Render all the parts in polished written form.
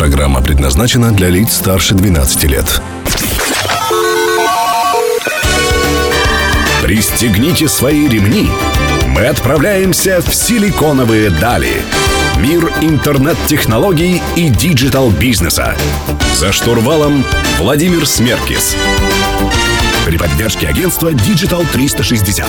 Программа предназначена для лиц старше 12 лет. Пристегните свои ремни. Мы отправляемся в силиконовые дали. Мир интернет-технологий и диджитал-бизнеса. За штурвалом Владимир Смеркис. При поддержке агентства Digital 360.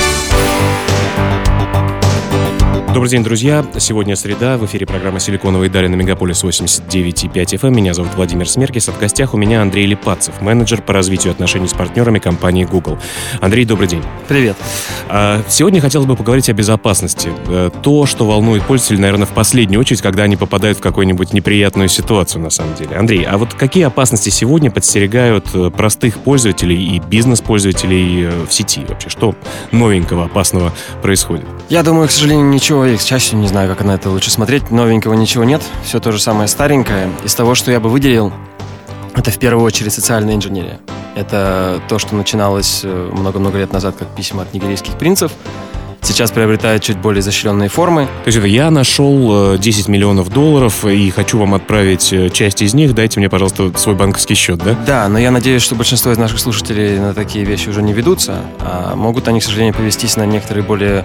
Добрый день, друзья. Сегодня среда. В эфире программа «Силиконовые дали» на Мегаполис 89,5 FM. Меня зовут Владимир Смеркис. В гостях у меня Андрей Липатцев, менеджер по развитию отношений с партнерами компании Google. Андрей, добрый день. Привет. Сегодня хотелось бы поговорить о безопасности. То, что волнует пользователей, наверное, в последнюю очередь, когда они попадают в какую-нибудь неприятную ситуацию, на самом деле. Андрей, а вот какие опасности сегодня подстерегают простых пользователей и бизнес-пользователей в сети вообще? Что новенького, опасного происходит? Я думаю, к сожалению, ничего, и к счастью, не знаю, как на это лучше смотреть. Новенького ничего нет, все то же самое старенькое. Из того, что я бы выделил, это в первую очередь социальная инженерия. Это то, что начиналось много-много лет назад как письма от нигерийских принцев. Сейчас приобретает чуть более изощренные формы. То есть это я нашел $10 миллионов и хочу вам отправить часть из них, дайте мне, пожалуйста, свой банковский счет, да? Да, но я надеюсь, что большинство из наших слушателей на такие вещи уже не ведутся, а могут они, к сожалению, повестись на некоторые более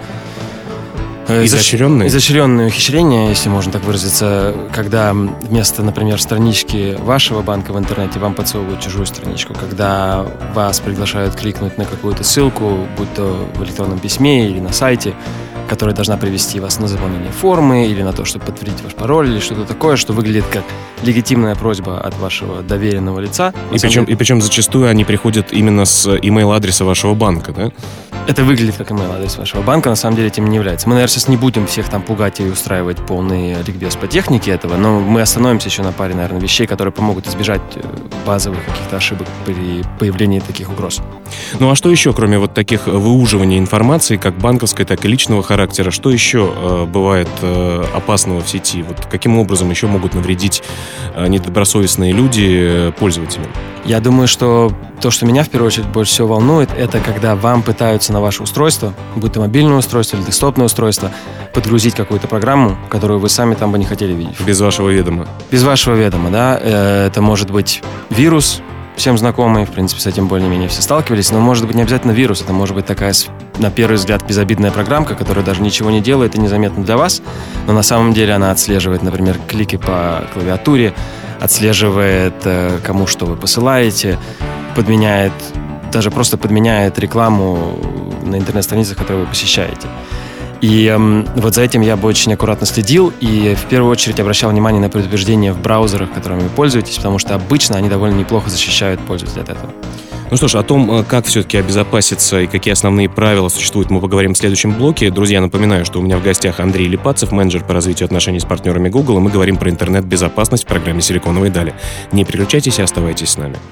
изощренные ухищрения, если можно так выразиться, когда вместо, например, странички вашего банка в интернете вам подсовывают чужую страничку, когда вас приглашают кликнуть на какую-то ссылку, будь то в электронном письме или на сайте, которая должна привести вас на заполнение формы или на то, чтобы подтвердить ваш пароль или что-то такое, что выглядит как легитимная просьба от вашего доверенного лица. И причем зачастую они приходят именно с email-адреса вашего банка, да? Это выглядит как email-адрес вашего банка, на самом деле этим не является. Мы, наверное, сейчас не будем всех там пугать и устраивать полный ликбез по технике этого, но мы остановимся еще на паре, наверное, вещей, которые помогут избежать базовых каких-то ошибок при появлении таких угроз. Ну а что еще, кроме вот таких выуживания информации, как банковской, так и личного характера, что еще бывает опасного в сети? Вот каким образом еще могут навредить недобросовестные люди пользователям? Я думаю, что то, что меня в первую очередь больше всего волнует, это когда вам пытаются на ваше устройство, будь то мобильное устройство или десктопное устройство, подгрузить какую-то программу, которую вы сами там бы не хотели видеть. Без вашего ведома. Без вашего ведома, да. Это может быть вирус, всем знакомый, в принципе, с этим более-менее все сталкивались, но может быть не обязательно вирус, это может быть такая, на первый взгляд, безобидная программка, которая даже ничего не делает и незаметна для вас, но на самом деле она отслеживает, например, клики по клавиатуре, отслеживает, кому что вы посылаете, даже просто подменяет рекламу на интернет-страницах, которые вы посещаете. И вот за этим я бы очень аккуратно следил и в первую очередь обращал внимание на предупреждения в браузерах, которыми вы пользуетесь, потому что обычно они довольно неплохо защищают пользователя от этого. Ну что ж, о том, как все-таки обезопаситься и какие основные правила существуют, мы поговорим в следующем блоке. Друзья, напоминаю, что у меня в гостях Андрей Липатцев, менеджер по развитию отношений с партнерами Google, и мы говорим про интернет-безопасность в программе «Силиконовые дали». Не переключайтесь и оставайтесь с нами.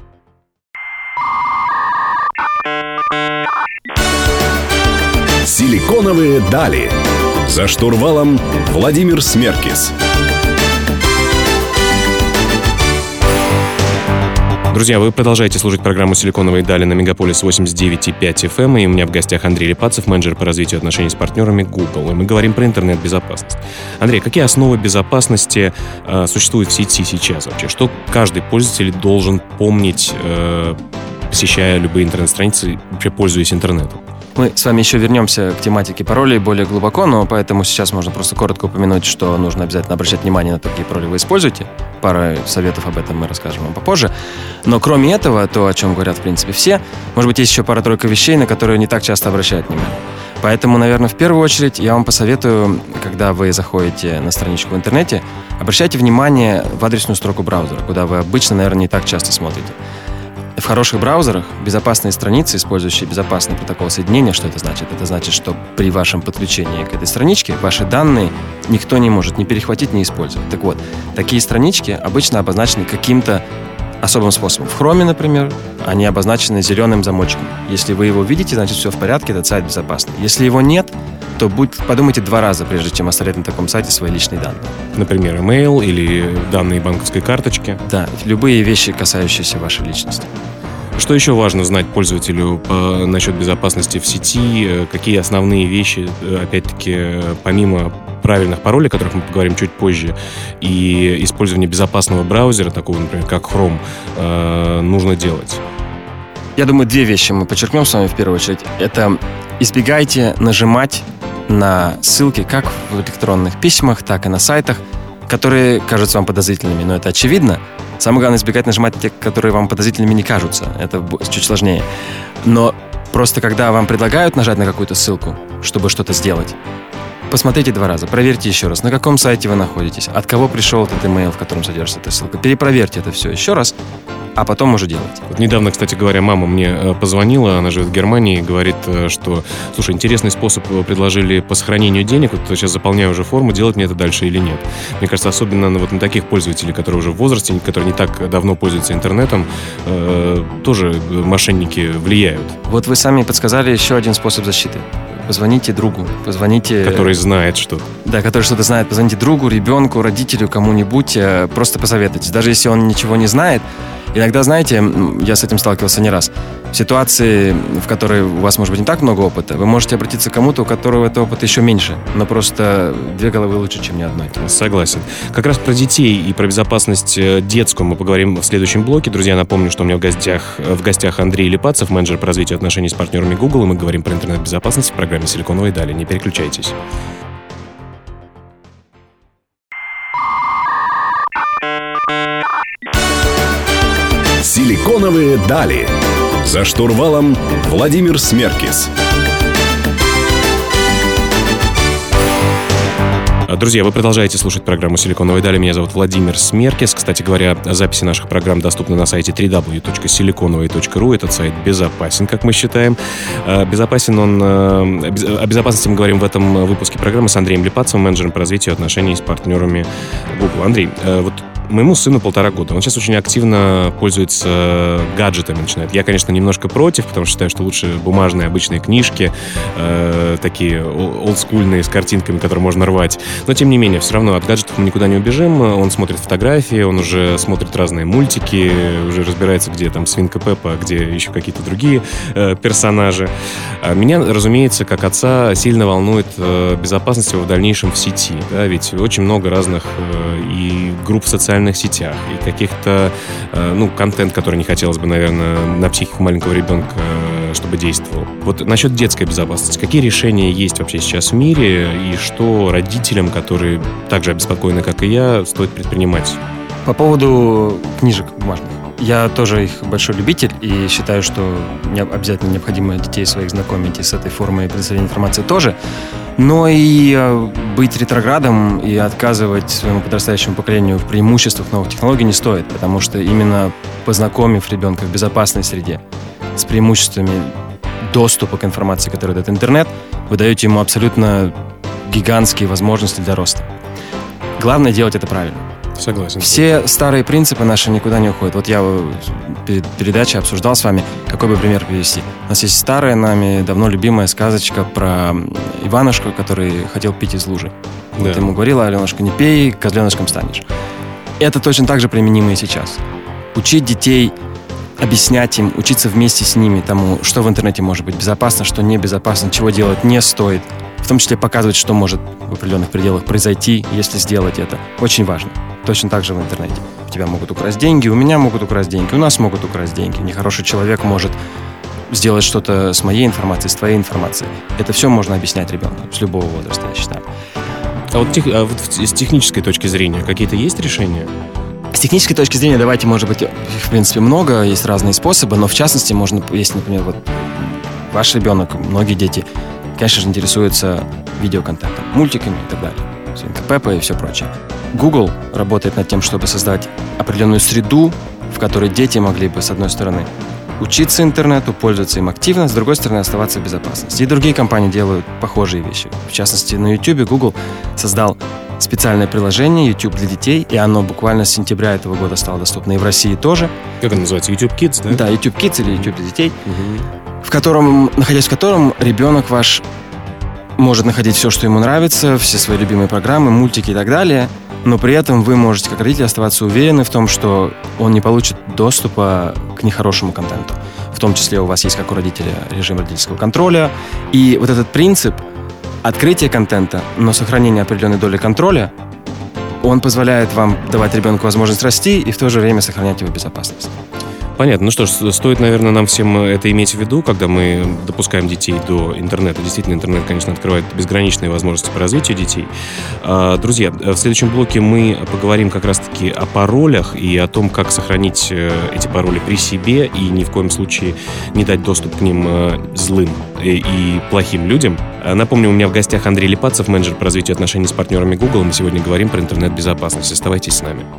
«Силиконовые дали». За штурвалом Владимир Смеркис. Друзья, вы продолжаете слушать программу «Силиконовые дали» на Мегаполис 89,5 FM, и у меня в гостях Андрей Липатцев, менеджер по развитию отношений с партнерами Google, и мы говорим про интернет-безопасность. Андрей, какие основы безопасности существуют в сети сейчас вообще? Что каждый пользователь должен помнить, посещая любые интернет-страницы, вообще пользуясь интернетом? Мы с вами еще вернемся к тематике паролей более глубоко, но поэтому сейчас можно просто коротко упомянуть, что нужно обязательно обращать внимание на то, какие пароли вы используете. Пара советов об этом мы расскажем вам попозже. Но кроме этого, то, о чем говорят в принципе все, может быть, есть еще пара-тройка вещей, на которые не так часто обращают внимание. Поэтому, наверное, в первую очередь я вам посоветую, когда вы заходите на страничку в интернете, обращайте внимание в адресную строку браузера, куда вы обычно, наверное, не так часто смотрите. В хороших браузерах безопасные страницы, использующие безопасный протокол соединения, что это значит? Это значит, что при вашем подключении к этой страничке ваши данные никто не может ни перехватить, ни использовать. Так вот, такие странички обычно обозначены каким-то особым способом. В Chrome, например, они обозначены зеленым замочком. Если вы его видите, значит, все в порядке, этот сайт безопасный. Если его нет, то подумайте 2 раза, прежде чем оставлять на таком сайте свои личные данные. Например, email или данные банковской карточки. Да, любые вещи, касающиеся вашей личности. Что еще важно знать пользователю насчет безопасности в сети? Какие основные вещи, опять-таки, помимо правильных паролей, о которых мы поговорим чуть позже, и использование безопасного браузера, такого, например, как Chrome, нужно делать? Я думаю, две вещи мы подчеркнем с вами в первую очередь. Это избегайте нажимать на ссылки как в электронных письмах, так и на сайтах, которые кажутся вам подозрительными, но это очевидно. Самое главное, избегать нажимать те, которые вам подозрительными не кажутся. Это чуть сложнее. Но просто когда вам предлагают нажать на какую-то ссылку, чтобы что-то сделать, посмотрите 2 раза, проверьте еще раз, на каком сайте вы находитесь, от кого пришел этот email, в котором содержится эта ссылка. Перепроверьте это все еще раз, а потом уже делайте. Вот недавно, кстати говоря, мама мне позвонила, она живет в Германии, и говорит, что, слушай, интересный способ предложили по сохранению денег, вот сейчас заполняю уже форму, делать мне это дальше или нет. Мне кажется, особенно вот на таких пользователей, которые уже в возрасте, которые не так давно пользуются интернетом, тоже мошенники влияют. Вот вы сами подсказали еще один способ защиты. Позвоните другу, позвоните... Который знает что-то. Да, который что-то знает. Позвоните другу, ребенку, родителю, кому-нибудь. Просто посоветуйтесь. Даже если он ничего не знает. Иногда, знаете, я с этим сталкивался не раз. В ситуации, в которой у вас, может быть, не так много опыта, вы можете обратиться к кому-то, у которого этого опыта еще меньше. Но просто 2 головы лучше, чем ни одной. Согласен. Как раз про детей и про безопасность детскую мы поговорим в следующем блоке. Друзья, напомню, что у меня в гостях Андрей Липацев, менеджер по развитию отношений с партнерами Google, и мы говорим про интернет-безопасность в программе «Силиконовые дали». Не переключайтесь. «Силиконовые дали». За штурвалом Владимир Смеркис. Друзья, вы продолжаете слушать программу «Силиконовые дали». Меня зовут Владимир Смеркис. Кстати говоря, записи наших программ доступны на сайте www.siliconovые.ru. Этот сайт безопасен, как мы считаем. Безопасен он... О безопасности мы говорим в этом выпуске программы с Андреем Липацевым, менеджером по развитию отношений с партнерами Google. Андрей, вот моему сыну 1,5 года. Он сейчас очень активно пользуется гаджетами, начинает. Я, конечно, немножко против, потому что считаю, что лучше бумажные обычные книжки, такие олдскульные, с картинками, которые можно рвать. Но, тем не менее, все равно от гаджетов мы никуда не убежим. Он смотрит фотографии, он уже смотрит разные мультики, уже разбирается, где там Свинка Пеппа, где еще какие-то другие персонажи. Меня, разумеется, как отца, сильно волнует безопасность его в дальнейшем в сети. Да? Ведь очень много разных и групп в социальных сетях, и каких-то, контент, который не хотелось бы, наверное, на психику маленького ребенка, чтобы действовал. Вот насчет детской безопасности. Какие решения есть вообще сейчас в мире, и что родителям, которые так же обеспокоены, как и я, стоит предпринимать? По поводу книжек бумажных. Я тоже их большой любитель и считаю, что обязательно необходимо детей своих знакомить и с этой формой предоставления информации тоже. Но и быть ретроградом и отказывать своему подрастающему поколению в преимуществах новых технологий не стоит, потому что именно познакомив ребенка в безопасной среде с преимуществами доступа к информации, которую дает интернет, вы даете ему абсолютно гигантские возможности для роста. Главное делать это правильно. Согласен. Все старые принципы наши никуда не уходят. Вот я перед передачей обсуждал с вами, какой бы пример привести. У нас есть старая, нами давно любимая сказочка про Иванушку, который хотел пить из лужи. Да. Вот ему говорила: Аленушка, не пей, козленочком станешь. Это точно так же применимо и сейчас. Учить детей, объяснять им, учиться вместе с ними тому, что в интернете может быть безопасно, что небезопасно, чего делать не стоит. В том числе показывать, что может в определенных пределах произойти, если сделать это. Очень важно. Точно так же в интернете. У тебя могут украсть деньги, у меня могут украсть деньги, у нас могут украсть деньги. Нехороший человек может сделать что-то с моей информацией, с твоей информацией. Это все можно объяснять ребенку с любого возраста, я считаю. А вот с технической точки зрения какие-то есть решения? С технической точки зрения, давайте, может быть, их, в принципе, много, есть разные способы, но в частности, можно, если, например, вот ваш ребенок, многие дети, конечно же, интересуются видеоконтентом, мультиками и так далее. Свинка Пеппа и все прочее. Google работает над тем, чтобы создать определенную среду, в которой дети могли бы, с одной стороны, учиться интернету, пользоваться им активно, с другой стороны, оставаться в безопасности. И другие компании делают похожие вещи. В частности, на YouTube Google создал специальное приложение YouTube для детей, и оно буквально с сентября этого года стало доступно и в России тоже. Как оно называется? YouTube Kids, да? Да, YouTube Kids или YouTube для детей, находясь в котором ребенок ваш может находить все, что ему нравится, все свои любимые программы, мультики и так далее, но при этом вы можете, как родители, оставаться уверены в том, что он не получит доступа к нехорошему контенту. В том числе у вас есть, как у родителя, режим родительского контроля. И вот этот принцип открытие контента, но сохранение определенной доли контроля, он позволяет вам давать ребенку возможность расти и в то же время сохранять его безопасность. Понятно. Ну что ж, стоит, наверное, нам всем это иметь в виду, когда мы допускаем детей до интернета. Действительно, интернет, конечно, открывает безграничные возможности по развитию детей. Друзья, в следующем блоке мы поговорим как раз-таки о паролях и о том, как сохранить эти пароли при себе и ни в коем случае не дать доступ к ним злым и плохим людям. Напомню, у меня в гостях Андрей Липацев, менеджер по развитию отношений с партнерами Google. Мы сегодня говорим про интернет-безопасность. Оставайтесь с нами.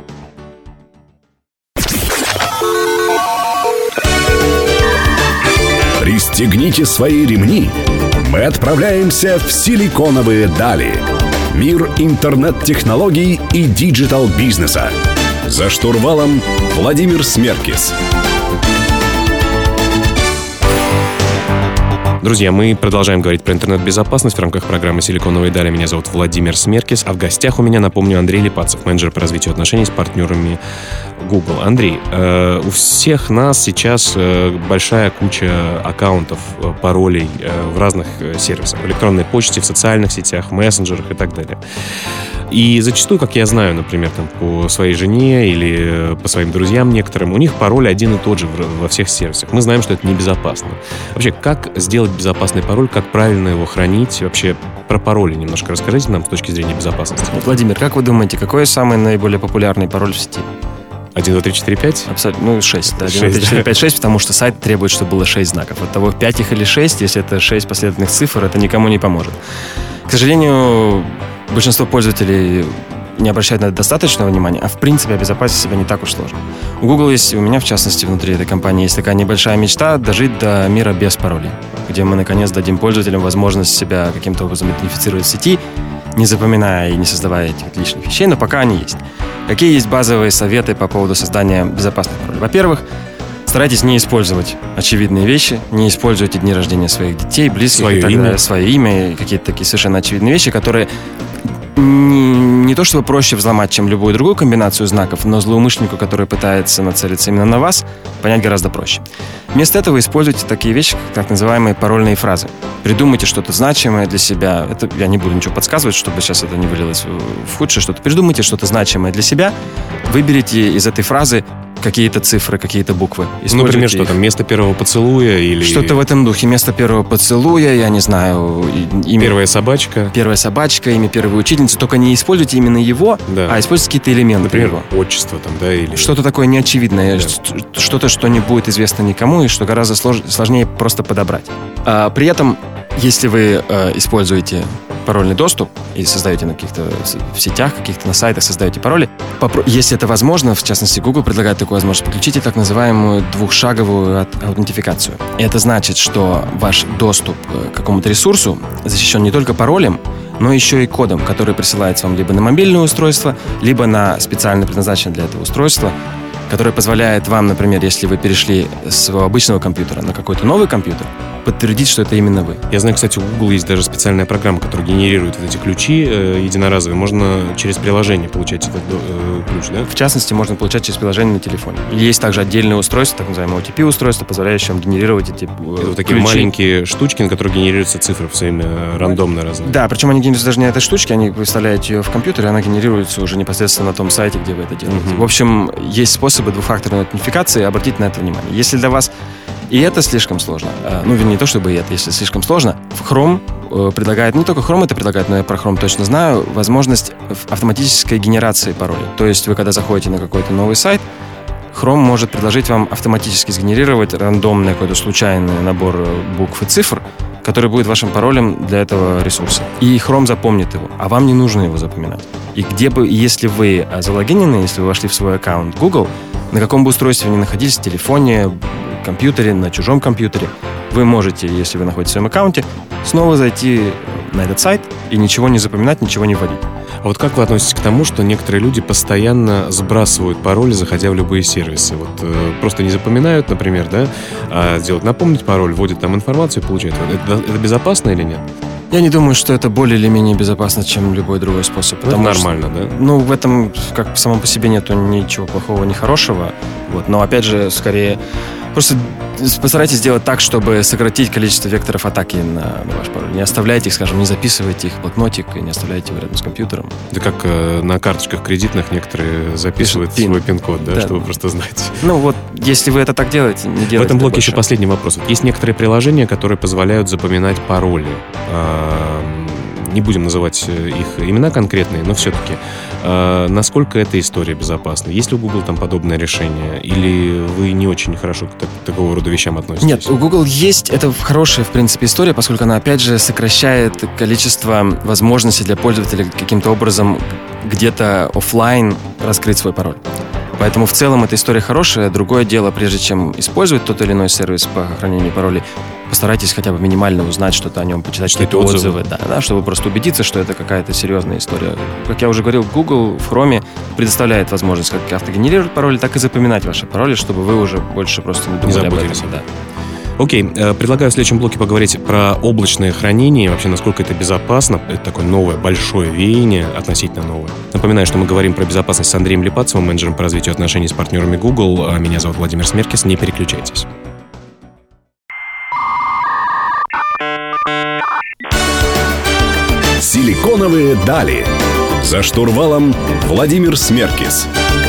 Пристегните свои ремни. Мы отправляемся в силиконовые дали. Мир интернет-технологий и диджитал-бизнеса. За штурвалом Владимир Смеркис. Друзья, мы продолжаем говорить про интернет-безопасность в рамках программы «Силиконовые дали». Меня зовут Владимир Смеркис, а в гостях у меня, напомню, Андрей Липацев, менеджер по развитию отношений с партнерами Google. Андрей, у всех нас сейчас большая куча аккаунтов, паролей в разных сервисах, в электронной почте, в социальных сетях, в мессенджерах и так далее. И зачастую, как я знаю, например, там, по своей жене или по своим друзьям некоторым, у них пароль один и тот же во всех сервисах. Мы знаем, что это небезопасно. Вообще, как сделать безопасный пароль, как правильно его хранить? Вообще, про пароли немножко расскажите нам с точки зрения безопасности. Владимир, как вы думаете, какой самый наиболее популярный пароль в сети? 1, 2, 3, 4, 5? Абсолютно, 6. Да, 1, 2, 3, 4, 5, 6, потому что сайт требует, чтобы было 6 знаков. От того, 5 их или 6, если это 6 последовательных цифр, это никому не поможет. К сожалению, большинство пользователей не обращают на это достаточного внимания, а в принципе обезопасить себя не так уж сложно. У Google есть, у меня в частности внутри этой компании есть такая небольшая мечта дожить до мира без паролей, где мы наконец дадим пользователям возможность себя каким-то образом идентифицировать в сети, не запоминая и не создавая этих лишних вещей, но пока они есть. Какие есть базовые советы по поводу создания безопасных паролей? Во-первых, старайтесь не использовать очевидные вещи, не используйте дни рождения своих детей, близких, свое имя и какие-то такие совершенно очевидные вещи, которые не то чтобы проще взломать, чем любую другую комбинацию знаков, но злоумышленнику, который пытается нацелиться именно на вас, понять гораздо проще. Вместо этого используйте такие вещи, как так называемые парольные фразы. Придумайте что-то значимое для себя. Это я не буду ничего подсказывать, чтобы сейчас это не вылилось в худшее что-то. Придумайте что-то значимое для себя. Выберите из этой фразы какие-то цифры, какие-то буквы. Например, что там, место первого поцелуя или... Что-то в этом духе. Место первого поцелуя, я не знаю... Имя... Первая собачка. Первая собачка, имя первой учительницы. Только не используйте именно его, а используйте какие-то элементы. Например, его. отчество там, да? Или... Что-то такое неочевидное. Да. Что-то, что не будет известно никому и что гораздо сложнее просто подобрать. При этом, если вы используете парольный доступ и создаете на каких-то в сетях, каких-то на сайтах создаете пароли, если это возможно, в частности, Google предлагает такую возможность, подключите так называемую двухшаговую аутентификацию. И это значит, что ваш доступ к какому-то ресурсу защищен не только паролем, но еще и кодом, который присылается вам либо на мобильное устройство, либо на специально предназначенное для этого устройство, которое позволяет вам, например, если вы перешли с своего обычного компьютера на какой-то новый компьютер, подтвердить, что это именно вы. Я знаю, кстати, у Google есть даже специальная программа, которая генерирует вот эти ключи единоразовые. Можно через приложение получать этот ключ, да? В частности, можно получать через приложение на телефоне. Есть также отдельное устройство, так называемое OTP-устройство, позволяющее вам генерировать эти это вот такие маленькие штучки, на которые генерируются цифры все время рандомно разные. Да, причем они генерируются даже не на этой штучке, они выставляют ее в компьютер, и она генерируется уже непосредственно на том сайте, где вы это делаете. В общем, есть способы двухфакторной аутентификации, обратите на это внимание. Если для вас и это слишком сложно, не то чтобы и это, если слишком сложно, Chrome предлагает, не только Chrome это предлагает, но я про Chrome точно знаю, возможность автоматической генерации паролей. То есть вы, когда заходите на какой-то новый сайт, Chrome может предложить вам автоматически сгенерировать рандомный какой-то случайный набор букв и цифр, который будет вашим паролем для этого ресурса. И Chrome запомнит его, а вам не нужно его запоминать. И где бы, если вы залогинены, если вы вошли в свой аккаунт Google, на каком бы устройстве вы ни находились, в телефоне, компьютере, на чужом компьютере, вы можете, если вы находитесь в своем аккаунте, снова зайти на этот сайт и ничего не запоминать, ничего не вводить. А вот как вы относитесь к тому, что некоторые люди постоянно сбрасывают пароли, заходя в любые сервисы? Вот просто не запоминают, например, да, а сделать напомнить пароль, вводят там информацию и получают. Это безопасно или нет? Я не думаю, что это более или менее безопасно, чем любой другой способ. Это нормально, да? Ну, в этом, как само по себе, нету ничего плохого, ни хорошего. Вот. Но, опять же, скорее, Просто постарайтесь сделать так, чтобы сократить количество векторов атаки на ваш пароль. Не оставляйте их, скажем, не записывайте их в блокнотик и не оставляйте его рядом с компьютером. Это как на карточках кредитных некоторые записывают свой пин-код, да, чтобы просто знать. Ну вот, если вы это так делаете, не делайте. В этом блоке больше. еще последний вопрос. Есть некоторые приложения, которые позволяют запоминать пароли. Не будем называть их имена конкретные, но все-таки. Насколько эта история безопасна? Есть ли у Google там подобное решение? Или вы не очень хорошо к такого рода вещам относитесь? Нет, у Google есть, это хорошая, в принципе, история, поскольку она, опять же, сокращает количество возможностей для пользователя каким-то образом где-то офлайн раскрыть свой пароль. Поэтому в целом эта история хорошая. Другое дело, прежде чем использовать тот или иной сервис по хранению паролей, постарайтесь хотя бы минимально узнать что-то о нем, почитать какие-то отзывы. Да, чтобы просто убедиться, что это какая-то серьезная история. Как я уже говорил, Google в Chrome предоставляет возможность как автогенерировать пароли, так и запоминать ваши пароли, чтобы вы уже больше просто не думали об этом. Да. Окей, предлагаю в следующем блоке поговорить про облачное хранение, вообще насколько это безопасно. Это такое новое, большое веяние, относительно новое. Напоминаю, что мы говорим про безопасность с Андреем Липацевым, менеджером по развитию отношений с партнерами Google. А меня зовут Владимир Смеркис, не переключайтесь. Силиконовые дали. За штурвалом Владимир Смеркис.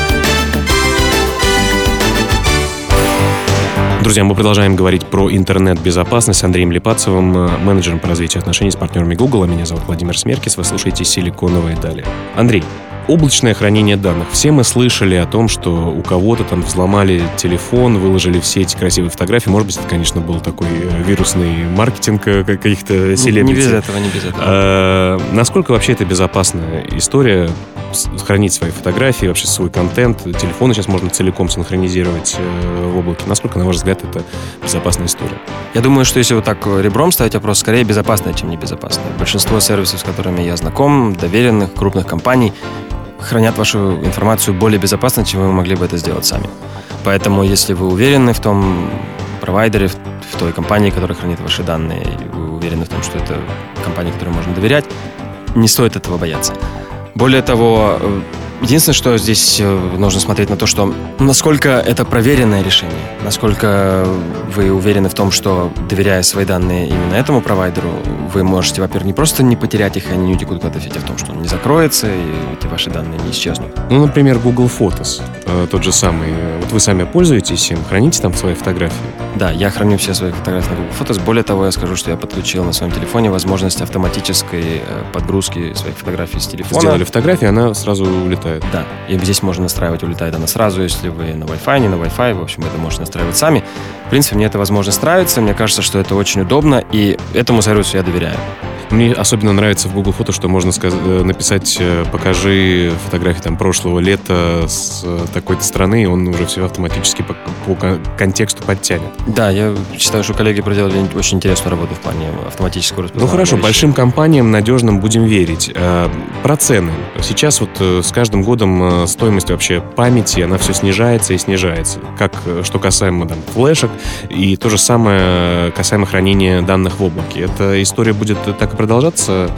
Друзья, мы продолжаем говорить про интернет-безопасность с Андреем Липацевым, менеджером по развитию отношений с партнерами Google. А меня зовут Владимир Смеркис. Вы слушаете «Силиконовые дали». Андрей, облачное хранение данных. Все мы слышали о том, что у кого-то там взломали телефон, выложили все эти красивые фотографии. Может быть, это, конечно, был такой вирусный маркетинг каких-то селебрити. Не без этого. Насколько вообще это безопасная история? Хранить свои фотографии, вообще свой контент. Телефоны сейчас можно целиком синхронизировать в облаке. Насколько, на ваш взгляд, это безопасная история? Я думаю, что если вот так ребром ставить вопрос, скорее безопасная, чем небезопасная. Большинство сервисов, с которыми я знаком, доверенных, крупных компаний, хранят вашу информацию более безопасно, чем вы могли бы это сделать сами. Поэтому, если вы уверены в том провайдере, в той компании, которая хранит ваши данные, и вы уверены в том, что это компания, которой можно доверять, не стоит этого бояться. Более того, единственное, что здесь нужно смотреть на то, что насколько это проверенное решение, насколько вы уверены в том, что, доверяя свои данные именно этому провайдеру, вы можете, во-первых, не просто не потерять их, и они не утекут куда-то, а в том, что он не закроется, и эти ваши данные не исчезнут. Ну, например, Google Photos, тот же самый. Вот вы сами пользуетесь им, храните там свои фотографии? Да, я храню все свои фотографии на Google Photos. Более того, я скажу, что я подключил на своем телефоне возможность автоматической подгрузки своих фотографий с телефона. Сделали фотографию, она сразу улетает. Да, и здесь можно настраивать, улетает она сразу, если вы на Wi-Fi, не на Wi-Fi, в общем, это можете настраивать сами. В принципе, мне эта возможность нравится, мне кажется, что это очень удобно, и этому сервису я доверяю. Мне особенно нравится в Google Фото, что можно написать «покажи фотографии там, прошлого лета с такой-то страны», и он уже все автоматически по контексту подтянет. Да, я считаю, что коллеги проделали очень интересную работу в плане автоматического распознавания. Ну хорошо, большим компаниям надежным будем верить. Про цены. Сейчас вот с каждым годом стоимость вообще памяти, она все снижается и снижается. Как что касаемо там, флешек, и то же самое касаемо хранения данных в облаке. Эта история будет так и продолжаться,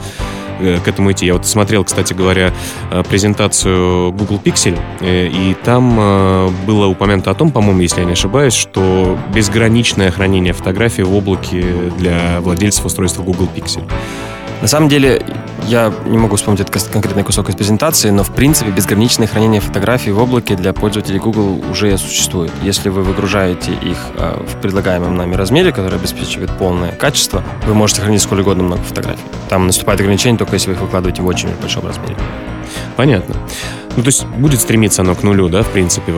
к этому идти. Я вот смотрел, кстати говоря, презентацию Google Pixel, и там было упомянуто о том, по-моему, если я не ошибаюсь, что безграничное хранение фотографий в облаке для владельцев устройства Google Pixel. На самом деле, я не могу вспомнить этот конкретный кусок из презентации, но, в принципе, безграничное хранение фотографий в облаке для пользователей Google уже существует. Если вы выгружаете их в предлагаемом нами размере, который обеспечивает полное качество, вы можете хранить сколь угодно много фотографий. Там наступает ограничение, только если вы их выкладываете в очень большом размере. Понятно. Ну, то есть будет стремиться оно к нулю, да, в принципе,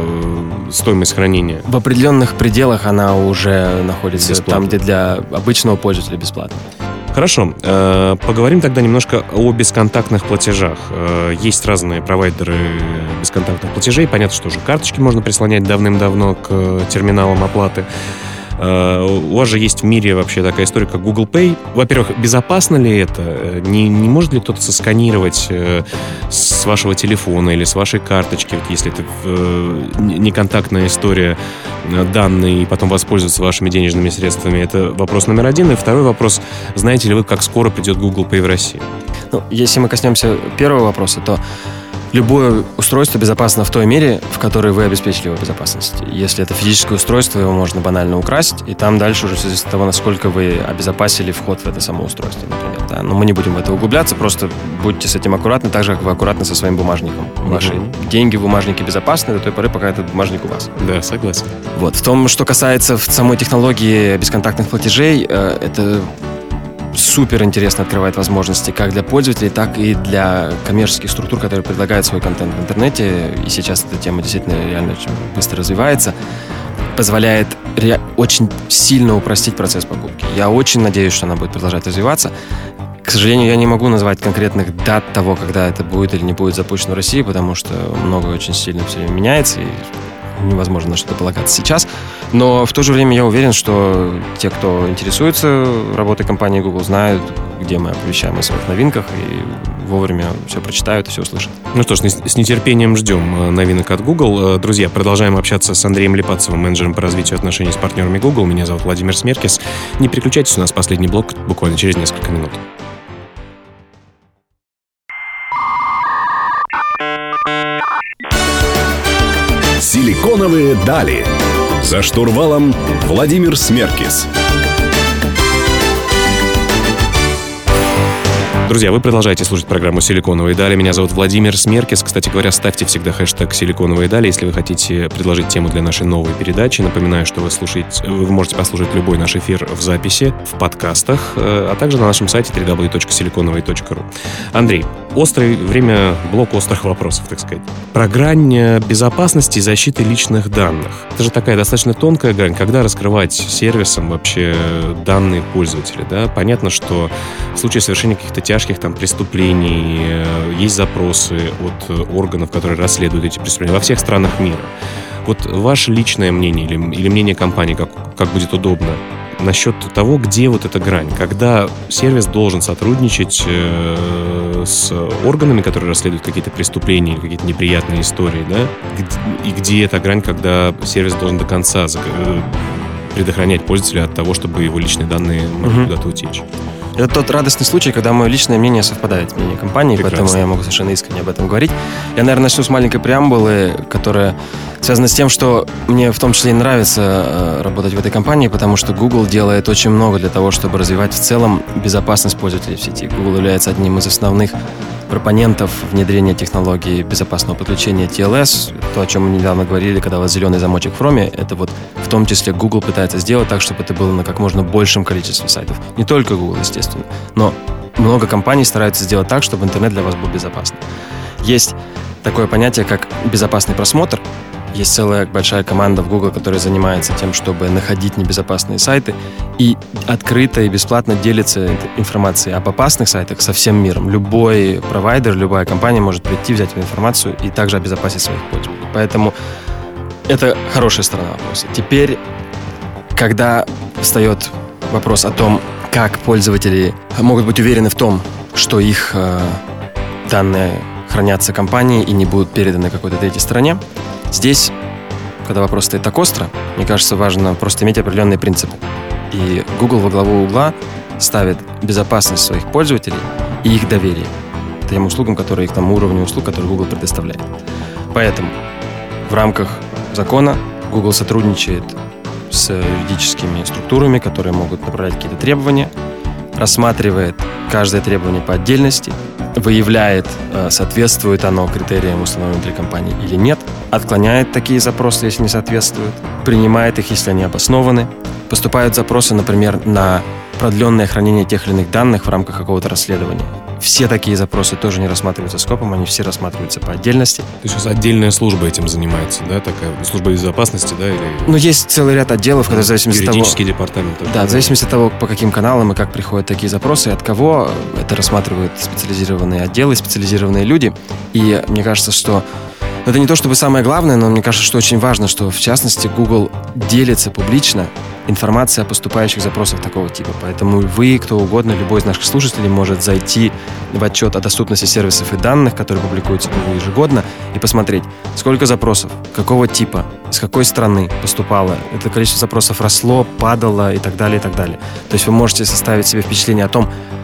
в стоимость хранения? В определенных пределах она уже находится бесплатно. Там, где для обычного пользователя бесплатно. Хорошо. Поговорим тогда немножко о бесконтактных платежах. Есть разные провайдеры бесконтактных платежей. Понятно, что уже карточки можно прислонять давным-давно к терминалам оплаты. У вас же есть в мире вообще такая история, как Google Pay. Во-первых, безопасно ли это? Не может ли кто-то сосканировать с вашего телефона или с вашей карточки, вот если это неконтактная история, данные, и потом воспользоваться вашими денежными средствами? Это вопрос номер один. И второй вопрос. Знаете ли вы, как скоро придет Google Pay в России? Ну, если мы коснемся первого вопроса, то любое устройство безопасно в той мере, в которой вы обеспечили его безопасность. Если это физическое устройство, его можно банально украсть, и там дальше уже зависит от того, насколько вы обезопасили вход в это само устройство, например. Да? Но мы не будем в это углубляться, просто будьте с этим аккуратны, так же, как вы аккуратны со своим бумажником. Ваши деньги в бумажнике безопасны до той поры, пока этот бумажник у вас. Да, согласен. Вот. В том, что касается самой технологии бесконтактных платежей, это супер интересно открывает возможности как для пользователей, так и для коммерческих структур, которые предлагают свой контент в интернете. И сейчас эта тема действительно реально очень быстро развивается. Позволяет очень сильно упростить процесс покупки. Я очень надеюсь, что она будет продолжать развиваться. К сожалению, я не могу назвать конкретных дат того, когда это будет или не будет запущено в России, потому что многое очень сильно все время меняется, и невозможно на что-то полагаться сейчас. Но в то же время я уверен, что те, кто интересуется работой компании Google, знают, где мы оповещаем о своих новинках, и вовремя все прочитают и все услышат. Ну что ж, с нетерпением ждем новинок от Google. Друзья, продолжаем общаться с Андреем Липатцевым, менеджером по развитию отношений с партнерами Google. Меня зовут Владимир Смеркис. Не переключайтесь, у нас последний блок буквально через несколько минут. Силиконовые дали. За штурвалом Владимир Смеркис. Друзья, вы продолжаете слушать программу «Силиконовые дали». Меня зовут Владимир Смеркис. Кстати говоря, ставьте всегда хэштег «Силиконовые дали», если вы хотите предложить тему для нашей новой передачи. Напоминаю, что вы можете послушать любой наш эфир в записи, в подкастах, а также на нашем сайте www.siliconovые.ru. Андрей, блок острых вопросов, так сказать. Про грань безопасности и защиты личных данных. Это же такая достаточно тонкая грань, когда раскрывать сервисом вообще данные пользователя. Да? Понятно, что в случае совершения каких-то тяжких преступлений есть запросы от органов, которые расследуют эти преступления во всех странах мира. Вот ваше личное мнение или мнение компании, как будет удобно, насчет того, где вот эта грань, когда сервис должен сотрудничать с органами, которые расследуют какие-то преступления или какие-то неприятные истории, да, и где эта грань, когда сервис должен до конца предохранять пользователя от того, чтобы его личные данные могли куда-то утечь. Это тот радостный случай, когда мое личное мнение совпадает с мнением компании, Прекрасно. Поэтому я могу совершенно искренне об этом говорить. Я, наверное, начну с маленькой преамбулы, которая связана с тем, что мне в том числе и нравится работать в этой компании, потому что Google делает очень много для того, чтобы развивать в целом безопасность пользователей в сети. Google является одним из основных пропонентов внедрения технологии безопасного подключения TLS. То, о чем мы недавно говорили, когда у вас зеленый замочек в Chrome, это вот в том числе Google пытается сделать так, чтобы это было на как можно большем количестве сайтов. Не только Google, естественно, но много компаний стараются сделать так, чтобы интернет для вас был безопасным. Есть такое понятие, как безопасный просмотр. Есть целая большая команда в Google, которая занимается тем, чтобы находить небезопасные сайты и открыто и бесплатно делится информацией об опасных сайтах со всем миром. Любой провайдер, любая компания может прийти, взять эту информацию и также обезопасить своих пользователей. Поэтому это хорошая сторона вопроса. Теперь, когда встает вопрос о том, как пользователи могут быть уверены в том, что их данные хранятся компанией и не будут переданы какой-то третьей стороне, здесь, когда вопрос стоит так остро, мне кажется, важно просто иметь определенные принципы. И Google во главу угла ставит безопасность своих пользователей и их доверие к тем услугам, к тому уровню услуг, который Google предоставляет. Поэтому в рамках закона Google сотрудничает с юридическими структурами, которые могут направлять какие-то требования, рассматривает каждое требование по отдельности, выявляет, соответствует оно критериям, установленным для компании или нет, отклоняет такие запросы, если не соответствуют, принимает их, если они обоснованы. Поступают запросы, например, на продленное хранение тех или иных данных в рамках какого-то расследования. Все такие запросы тоже не рассматриваются скопом, они все рассматриваются по отдельности. То есть сейчас отдельная служба этим занимается, да, такая служба безопасности, да? Или... Ну, есть целый ряд отделов, когда в зависимости от того... Юридический департамент. Да, в зависимости от того, по каким каналам и как приходят такие запросы, и от кого, это рассматривают специализированные отделы, специализированные люди. И мне кажется, что это не то чтобы самое главное, но мне кажется, что очень важно, что в частности Google делится публично информацией о поступающих запросах такого типа. Поэтому вы, кто угодно, любой из наших слушателей может зайти в отчет о доступности сервисов и данных, которые публикуются Google ежегодно, и посмотреть, сколько запросов, какого типа, из какой страны поступало. Это количество запросов росло, падало и так далее, и так далее. То есть вы можете составить себе впечатление о том,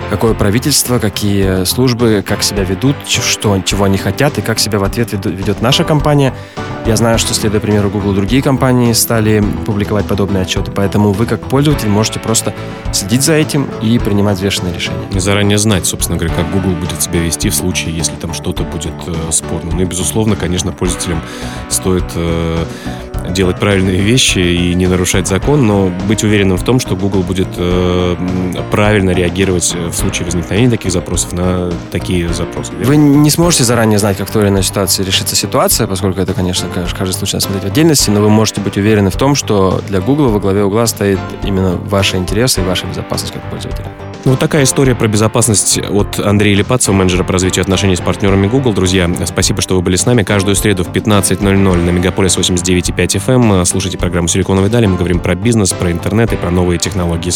какое правительство, какие службы, как себя ведут, чего они хотят и как себя в ответ ведет наша компания. Я знаю, что, следуя примеру Google, другие компании стали публиковать подобные отчеты, поэтому вы, как пользователь, можете просто следить за этим и принимать взвешенные решения. И заранее знать, собственно говоря, как Google будет себя вести в случае, если там что-то будет спорно. Ну и, безусловно, конечно, пользователям стоит делать правильные вещи и не нарушать закон, но быть уверенным в том, что Google будет правильно реагировать в случае возникновения таких запросов на такие запросы. Вы не сможете заранее знать, как в той или иной ситуации решится ситуация, поскольку это, конечно, каждый случай надо смотреть в отдельности, но вы можете быть уверены в том, что для Google во главе угла стоит именно ваши интересы и ваша безопасность как пользователя. Ну, вот такая история про безопасность от Андрея Липатцева, менеджера по развитию отношений с партнерами Google. Друзья, спасибо, что вы были с нами. Каждую среду в 15:00 на Мегаполис 89.5 FM слушайте программу «Силиконовые дали». Мы говорим про бизнес, про интернет и про новые технологии.